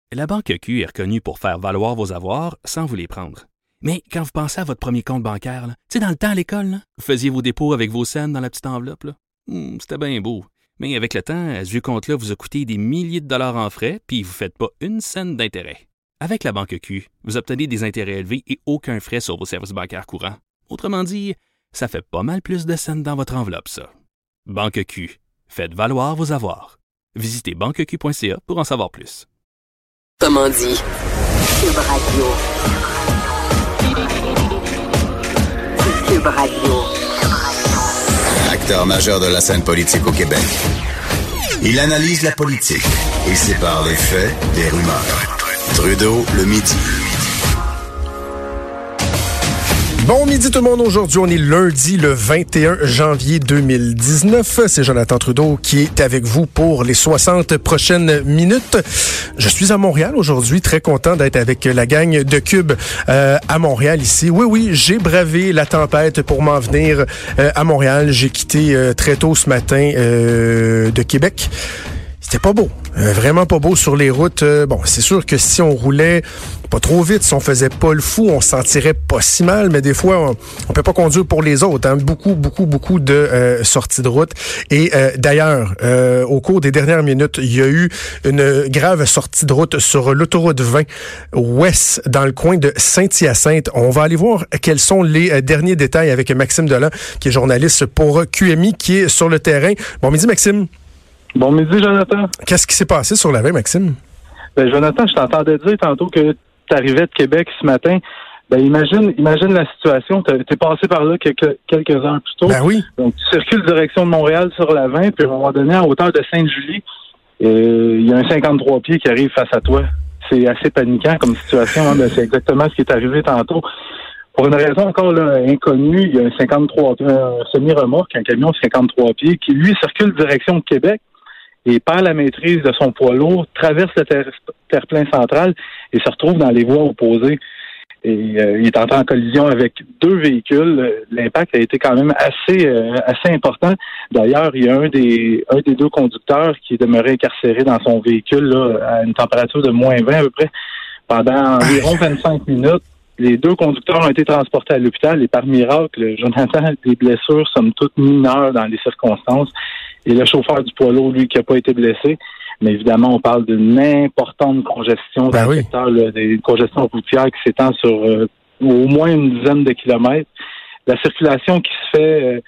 La Banque Q est reconnue pour faire valoir vos avoirs sans vous les prendre. Mais quand vous pensez à votre premier compte bancaire, tu sais, dans le temps à l'école, là, vous faisiez vos dépôts avec vos scènes dans la petite enveloppe. Là. C'était bien beau. Mais avec le temps, ce vieux compte-là vous a coûté des milliers de dollars en frais, puis vous ne faites pas une scène d'intérêt. Avec la Banque Q, vous obtenez des intérêts élevés et aucun frais sur vos services bancaires courants. Autrement dit, ça fait pas mal plus de scènes dans votre enveloppe, ça. Banque Q. Faites valoir vos avoirs. Visitez banqueq.ca pour en savoir plus. Comment dit? Cube Radio. Cube Radio. Acteur majeur de la scène politique au Québec. Il analyse la politique et sépare les faits des rumeurs. Trudeau le midi. Bon midi tout le monde, aujourd'hui on est lundi le 21 janvier 2019. C'est Jonathan Trudeau qui est avec vous pour les 60 prochaines minutes. Je suis à Montréal aujourd'hui, très content d'être avec la gang de Cube à Montréal ici. Oui, j'ai bravé la tempête pour m'en venir à Montréal. J'ai quitté très tôt ce matin de Québec. C'était pas beau, vraiment pas beau sur les routes. Bon, c'est sûr que si on roulait pas trop vite, si on faisait pas le fou, on se sentirait pas si mal, mais des fois, on peut pas conduire pour les autres. Hein. Beaucoup de sorties de route. Et d'ailleurs, au cours des dernières minutes, il y a eu une grave sortie de route sur l'autoroute 20 ouest, dans le coin de Saint-Hyacinthe. On va aller voir quels sont les derniers détails avec Maxime Delan, qui est journaliste pour QMI, qui est sur le terrain. Bon midi, Maxime. Bon midi, Jonathan. Qu'est-ce qui s'est passé sur la 20, Maxime? Ben, Jonathan, je t'entendais dire tantôt que tu arrivais de Québec ce matin. Ben, imagine la situation. T'es passé par là quelques heures plus tôt. Ben oui. Donc, tu circules direction de Montréal sur la 20, puis à un moment donné, à hauteur de Sainte-Julie, il y a un 53 pieds qui arrive face à toi. C'est assez paniquant comme situation. Hein? Ben, c'est exactement ce qui est arrivé tantôt. Pour une raison encore là, inconnue, il y a un semi-remorque, un camion de 53 pieds, qui, lui, circule direction de Québec et perd la maîtrise de son poids lourd, traverse le terre-plein central et se retrouve dans les voies opposées. Et il est entré en collision avec deux véhicules. L'impact a été quand même assez important. D'ailleurs, il y a un des deux conducteurs qui est demeuré incarcéré dans son véhicule là, à une température de moins 20 à peu près pendant environ 25 minutes. Les deux conducteurs ont été transportés à l'hôpital et par miracle, Jonathan, des blessures somme toute mineures dans les circonstances. Et le chauffeur du poids lourd, lui, qui n'a pas été blessé. Mais évidemment, on parle d'une importante congestion dans le secteur, là, des congestions routières qui s'étend sur au moins une dizaine de kilomètres. La circulation qui se fait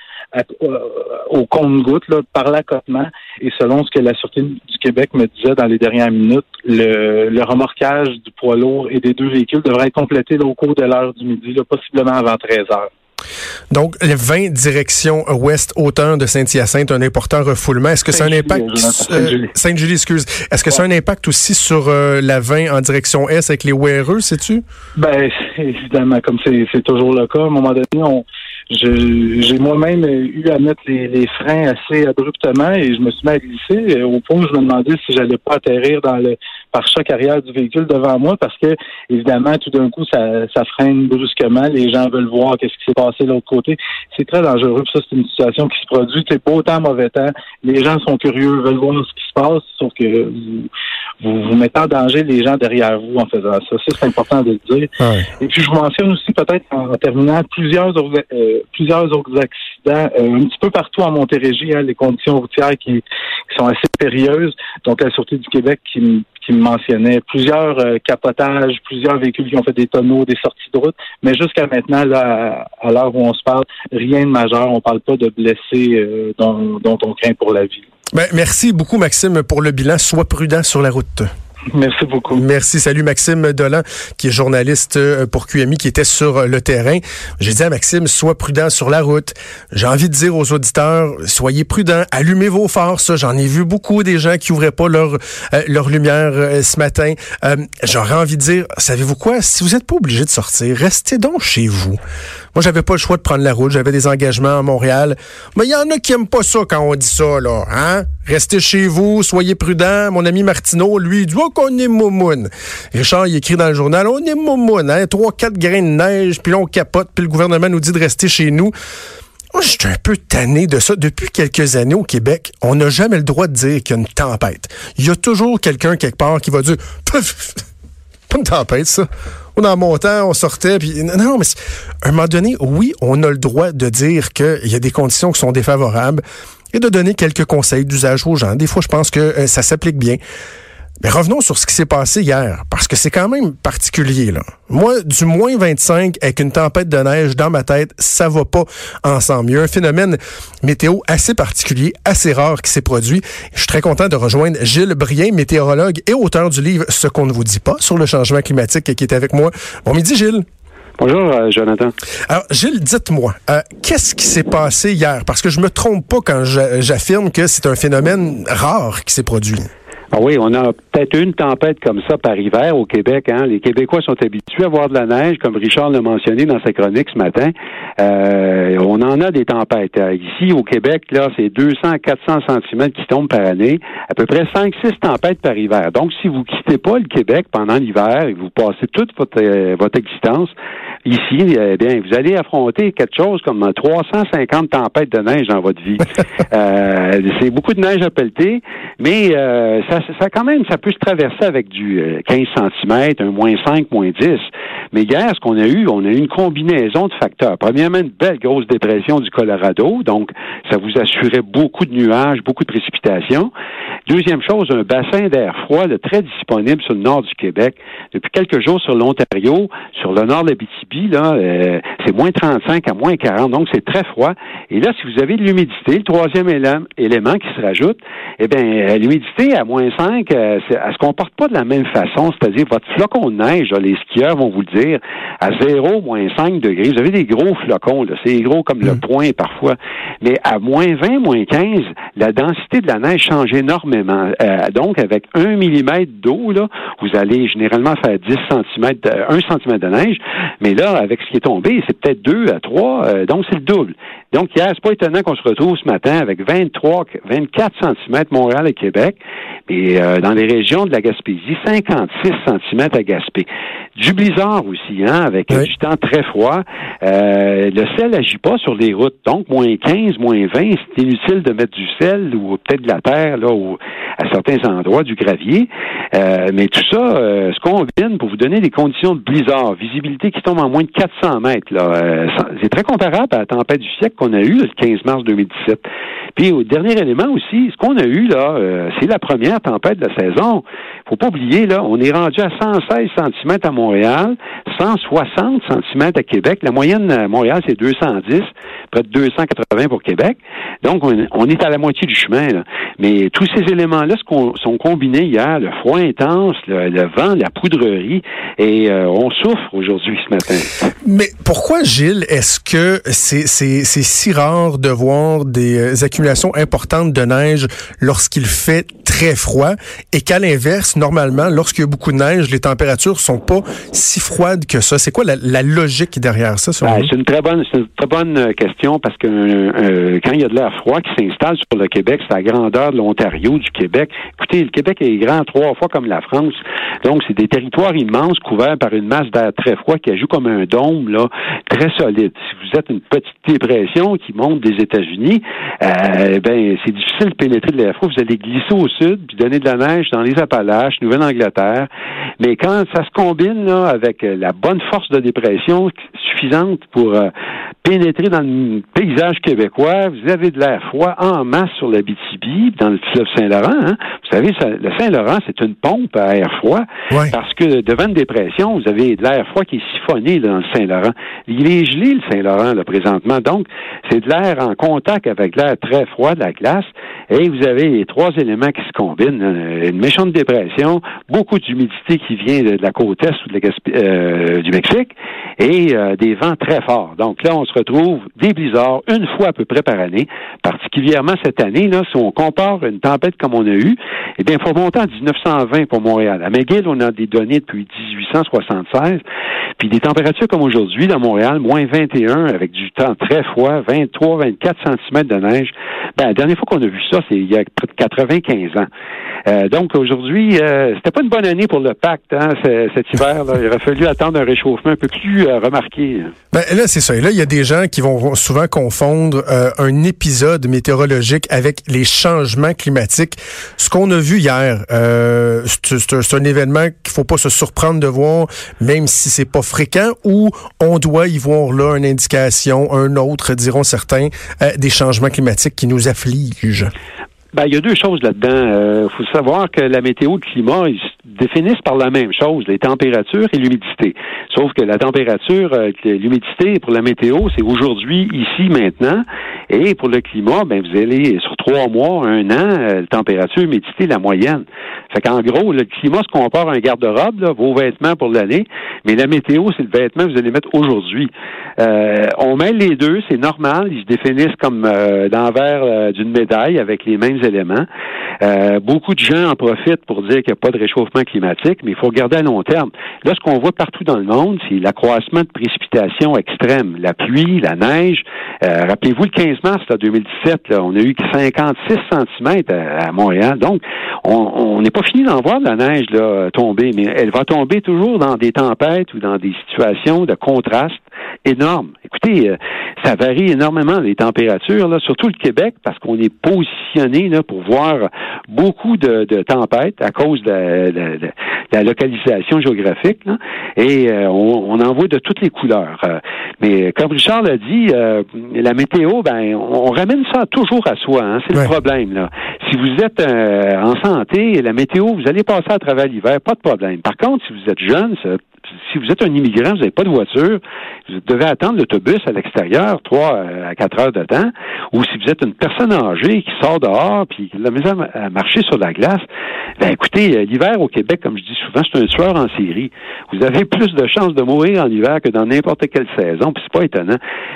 au compte-gouttes, là, par l'accotement, et selon ce que la Sûreté du Québec me disait dans les dernières minutes, le remorquage du poids lourd et des deux véhicules devrait être complété là, au cours de l'heure du midi, là, possiblement avant 13 heures. Donc, le 20 direction ouest, hauteur de Saint-Hyacinthe, un important refoulement. Est-ce que c'est un impact... Sainte-Julie, excuse. Est-ce que c'est un impact aussi sur la 20 en direction est avec les ouéreux, sais-tu? Ben, évidemment, comme c'est toujours le cas. À un moment donné, j'ai moi-même eu à mettre les freins assez abruptement et je me suis mis à glisser au point où je me demandais si j'allais pas atterrir dans le pare-choc arrière du véhicule devant moi parce que, évidemment, tout d'un coup, ça freine brusquement. Les gens veulent voir qu'est-ce qui s'est passé de l'autre côté. C'est très dangereux. Puis ça, c'est une situation qui se produit. C'est beau temps, mauvais temps. Les gens sont curieux, veulent voir ce qui se passe, sauf que vous mettez en danger les gens derrière vous en faisant ça. Ça, c'est important de le dire. Ouais. Et puis, je vous mentionne aussi, peut-être, en terminant, plusieurs autres accidents un petit peu partout en Montérégie, hein, les conditions routières qui sont assez périlleuses. Donc, la Sûreté du Québec qui me mentionnait plusieurs capotages, plusieurs véhicules qui ont fait des tonneaux, des sorties de route. Mais jusqu'à maintenant, là, à l'heure où on se parle, rien de majeur. On parle pas de blessés dont on craint pour la vie. Ben, merci beaucoup, Maxime, pour le bilan. Sois prudent sur la route. Merci beaucoup. Merci. Salut Maxime Delan, qui est journaliste pour QMI, qui était sur le terrain. J'ai dit à Maxime, sois prudent sur la route. J'ai envie de dire aux auditeurs, soyez prudents, allumez vos phares. Ça, j'en ai vu beaucoup des gens qui ouvraient pas leur lumière ce matin. J'aurais envie de dire, savez-vous quoi? Si vous n'êtes pas obligé de sortir, restez donc chez vous. Moi, j'avais pas le choix de prendre la route. J'avais des engagements à Montréal. Mais il y en a qui aiment pas ça quand on dit ça, là. Hein? Restez chez vous, soyez prudents. Mon ami Martineau, lui, il dit qu'on est moumoune. Richard, il écrit dans le journal, on est moumoune, hein? 3-4 grains de neige, puis là, on capote, puis le gouvernement nous dit de rester chez nous. Moi, je suis un peu tanné de ça. Depuis quelques années au Québec, on n'a jamais le droit de dire qu'il y a une tempête. Il y a toujours quelqu'un quelque part qui va dire « Pas une tempête, ça. On en montait, on sortait. » Puis non, mais à un moment donné, oui, on a le droit de dire qu'il y a des conditions qui sont défavorables et de donner quelques conseils d'usage aux gens. Des fois, je pense que ça s'applique bien. Mais revenons sur ce qui s'est passé hier, parce que c'est quand même particulier, là. Moi, du moins 25 avec une tempête de neige dans ma tête, ça va pas ensemble. Il y a un phénomène météo assez particulier, assez rare qui s'est produit. Je suis très content de rejoindre Gilles Brien, météorologue et auteur du livre « Ce qu'on ne vous dit pas » sur le changement climatique, qui est avec moi. Bon midi, Gilles. Bonjour, Jonathan. Alors, Gilles, dites-moi, qu'est-ce qui s'est passé hier? Parce que je me trompe pas quand j'affirme que c'est un phénomène rare qui s'est produit. Ah oui, on a peut-être une tempête comme ça par hiver au Québec. Hein. Les Québécois sont habitués à voir de la neige, comme Richard l'a mentionné dans sa chronique ce matin. On en a des tempêtes. Ici, au Québec, là, c'est 200 à 400 centimètres qui tombent par année. À peu près 5-6 tempêtes par hiver. Donc, si vous quittez pas le Québec pendant l'hiver et que vous passez toute votre existence ici, eh bien, vous allez affronter quelque chose comme 350 tempêtes de neige dans votre vie. C'est beaucoup de neige à pelleter, mais ça quand même, ça peut se traverser avec du 15 cm, un -5, -10. Mais hier, ce qu'on a eu, on a eu une combinaison de facteurs. Premièrement, une belle grosse dépression du Colorado, donc ça vous assurait beaucoup de nuages, beaucoup de précipitations. Deuxième chose, un bassin d'air froid très disponible sur le nord du Québec. Depuis quelques jours sur l'Ontario, sur le nord de l'Abitibi, là, c'est -35 à -40, donc c'est très froid. Et là, si vous avez de l'humidité, le troisième élément qui se rajoute, eh bien, l'humidité à -5, elle se comporte pas de la même façon, c'est-à-dire votre flocon de neige, là, les skieurs vont vous le dire, à 0, -5 degrés, vous avez des gros flocons, là, c'est gros comme le poing parfois, mais à -20, -15, la densité de la neige change énormément. Donc, avec 1 mm d'eau, là, vous allez généralement faire 1 cm de neige, mais là, avec ce qui est tombé, c'est peut-être 2 à 3, donc c'est le double. Donc, hier, c'est pas étonnant qu'on se retrouve ce matin avec 24 cm Montréal et Québec, et dans les régions de la Gaspésie, 56 cm à Gaspé. Du blizzard aussi, hein, avec du temps très froid. Le sel agit pas sur les routes, donc -15, -20, c'est inutile de mettre du sel ou peut-être de la terre, là, ou à certains endroits, du gravier. Mais tout ça se combine pour vous donner des conditions de blizzard, visibilité qui tombe en moins de 400 mètres. Là. C'est très comparable à la tempête du siècle qu'on a eue le 15 mars 2017. Puis au dernier élément aussi, ce qu'on a eu là, c'est la première tempête de la saison. Faut pas oublier, là, on est rendu à 116 cm à Montréal, 160 cm à Québec. La moyenne à Montréal, c'est 210, près de 280 pour Québec. Donc, on est à la moitié du chemin. Là. Mais tous ces éléments-là sont combinés hier, le froid intense, le vent, la poudrerie, et on souffre aujourd'hui ce matin. Mais pourquoi, Gilles, est-ce que c'est si rare de voir des accumulations importantes de neige lorsqu'il fait très froid et qu'à l'inverse, normalement, lorsqu'il y a beaucoup de neige, les températures sont pas si froides que ça? C'est quoi la logique derrière ça? C'est une très bonne question parce que quand il y a de l'air froid qui s'installe sur le Québec, c'est la grandeur de l'Ontario, du Québec. Écoutez, le Québec est grand 3 fois comme la France. Donc, c'est des territoires immenses couverts par une masse d'air très froid qui ajoute comme un dôme, là, très solide. Si vous êtes une petite dépression qui monte des États-Unis, c'est difficile de pénétrer de l'air froid. Vous allez glisser au sud puis donner de la neige dans les Appalaches, Nouvelle-Angleterre. Mais quand ça se combine là, avec la bonne force de dépression suffisante pour pénétrer dans le paysage québécois, vous avez de l'air froid en masse sur l'Abitibi, dans le fleuve Saint-Laurent. Hein. Vous savez, le Saint-Laurent, c'est une pompe à air froid parce que devant une dépression, vous avez de l'air froid qui est siphonné là, dans le Saint-Laurent. Il est gelé, le Saint-Laurent, là, présentement. Donc, c'est de l'air en contact avec l'air très froid de la glace. Et vous avez les 3 éléments qui se combinent. Une méchante dépression, beaucoup d'humidité qui vient de la côte est ou du Mexique, et des vents très forts. Donc là, on se retrouve des blizzards une fois à peu près par année, particulièrement cette année. Là, si on compare une tempête comme on a eu, eh bien, il faut remonter en 1920 pour Montréal. À McGill, on a des données depuis 1876, puis des températures comme aujourd'hui dans Montréal, -21, avec du temps très froid, 23-24 cm de neige. La dernière fois qu'on a vu ça, c'est il y a près de 95 ans. Donc aujourd'hui, c'était pas une bonne année pour le pacte, hein, cet hiver. Là. Il aurait fallu attendre un réchauffement un peu plus remarqué Ben là, c'est ça. Et là, il y a des gens qui vont souvent confondre un épisode météorologique avec les changements climatiques. Ce qu'on a vu hier, c'est un événement qu'il faut pas se surprendre de voir, même si c'est pas fréquent, ou on doit y voir là une indication, un autre, diront certains, des changements climatiques qui nous affligent. Ben, il y a deux choses là-dedans. Faut savoir que la météo, le climat, ils se définissent par la même chose, les températures et l'humidité. Sauf que la température, l'humidité pour la météo, c'est aujourd'hui, ici, maintenant. Et pour le climat, ben, vous allez sur 3 mois, 1 an, température, humidité, la moyenne. Fait qu'en gros, le climat se compare à un garde-robe, là, vos vêtements pour l'année, mais la météo, c'est le vêtement que vous allez mettre aujourd'hui. On mêle les deux, c'est normal, ils se définissent comme l'envers d'une médaille avec les mêmes éléments. Beaucoup de gens en profitent pour dire qu'il n'y a pas de réchauffement climatique, mais il faut regarder à long terme. Là, ce qu'on voit partout dans le monde, c'est l'accroissement de précipitations extrêmes. La pluie, la neige. Rappelez-vous, le 15 mars 2017, là, on a eu 56 cm à Montréal. Donc, on n'est pas fini d'en voir de la neige là, tomber, mais elle va tomber toujours dans des tempêtes ou dans des situations de contraste énormes. Écoutez, ça varie énormément les températures, là, surtout le Québec, parce qu'on est positionné là, pour voir beaucoup de tempêtes à cause de la localisation géographique, là, et on en voit de toutes les couleurs. Mais comme Richard l'a dit, la météo, ben, on ramène ça toujours à soi, hein, c'est le problème. Là. Si vous êtes en santé, la météo, vous allez passer à travers l'hiver, pas de problème. Par contre, si vous êtes jeune, si vous êtes un immigrant, vous n'avez pas de voiture, vous devez attendre l'autobus à l'extérieur 3 à 4 heures de temps, ou si vous êtes une personne âgée qui sort dehors puis qui a la misère à marcher sur la glace, ben écoutez, l'hiver au Québec, comme je dis souvent, c'est un tueur en série. Vous avez plus de chances de mourir en hiver que dans n'importe quelle saison, puis c'est pas étonnant.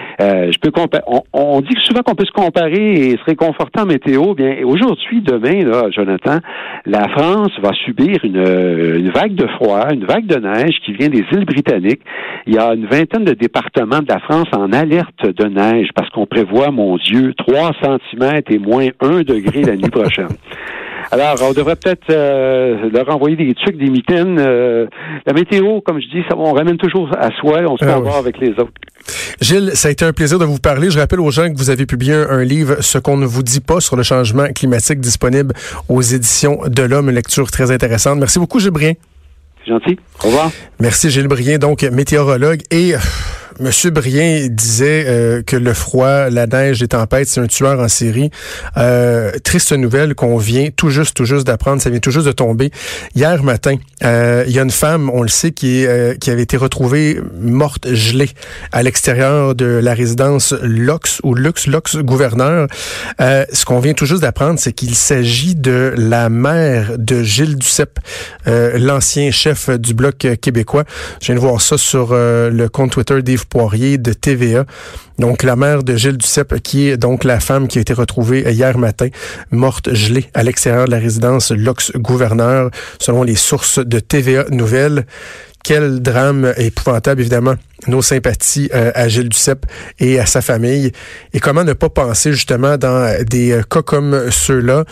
On dit souvent qu'on peut se comparer et se réconforter en météo. Bien, aujourd'hui, demain, là, Jonathan, la France va subir une vague de froid, une vague de neige qui vient des îles britanniques. Il y a une vingtaine de départements de la France en alerte de neige parce qu'on prévoit, mon Dieu, 3 cm et moins 1 degré la nuit prochaine. Alors, on devrait peut-être leur envoyer des trucs, des mitaines. La météo, comme je dis, on ramène toujours à soi, on se compare avec les autres. Gilles, ça a été un plaisir de vous parler. Je rappelle aux gens que vous avez publié un livre, Ce qu'on ne vous dit pas sur le changement climatique, disponible aux éditions de l'Homme, une lecture très intéressante. Merci beaucoup, Gilles Brien. C'est gentil. Au revoir. Merci, Gilles Brien, donc météorologue. Et Monsieur Brien disait que le froid, la neige, les tempêtes, c'est un tueur en série. Triste nouvelle qu'on vient tout juste d'apprendre, ça vient tout juste de tomber. Hier matin, il y a une femme, on le sait, qui avait été retrouvée morte gelée à l'extérieur de la résidence Lux Gouverneur. Ce qu'on vient tout juste d'apprendre, c'est qu'il s'agit de la mère de Gilles Duceppe, l'ancien chef du Bloc québécois. Je viens de voir ça sur le compte Twitter d'Yves Poirier de TVA. Donc, la mère de Gilles Duceppe, qui est donc la femme qui a été retrouvée hier matin, morte gelée à l'extérieur de la résidence Lux Gouverneur, selon les sources de TVA Nouvelles. Quel drame épouvantable, évidemment. Nos sympathies à Gilles Duceppe et à sa famille. Et comment ne pas penser, justement, dans des cas comme ceux-là.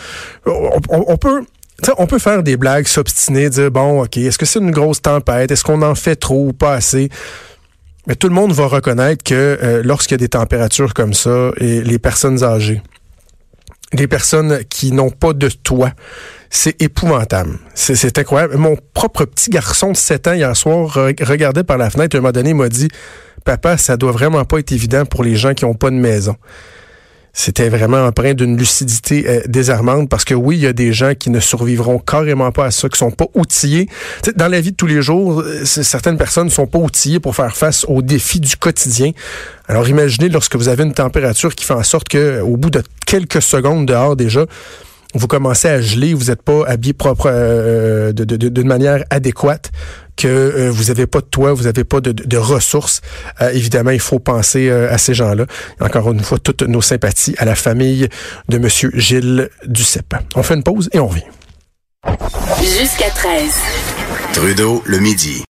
On peut faire des blagues, s'obstiner, dire, bon, OK, est-ce que c'est une grosse tempête? Est-ce qu'on en fait trop ou pas assez? Mais tout le monde va reconnaître que lorsqu'il y a des températures comme ça, et les personnes âgées, les personnes qui n'ont pas de toit, c'est épouvantable. C'est incroyable. Mon propre petit garçon de 7 ans, hier soir, regardait par la fenêtre et à un moment donné, il m'a dit, « Papa, ça doit vraiment pas être évident pour les gens qui n'ont pas de maison. » C'était vraiment empreint d'une lucidité désarmante parce que oui, il y a des gens qui ne survivront carrément pas à ça, qui sont pas outillés. T'sais, dans la vie de tous les jours, certaines personnes ne sont pas outillées pour faire face aux défis du quotidien. Alors imaginez lorsque vous avez une température qui fait en sorte que, au bout de quelques secondes dehors déjà, vous commencez à geler, vous n'êtes pas habillé propre d'une manière adéquate, que vous n'avez pas de toit, vous n'avez pas de ressources. Évidemment, il faut penser à ces gens-là. Encore une fois, toutes nos sympathies à la famille de Monsieur Gilles Duceppe. On fait une pause et on revient. Jusqu'à 13. Trudeau, le midi.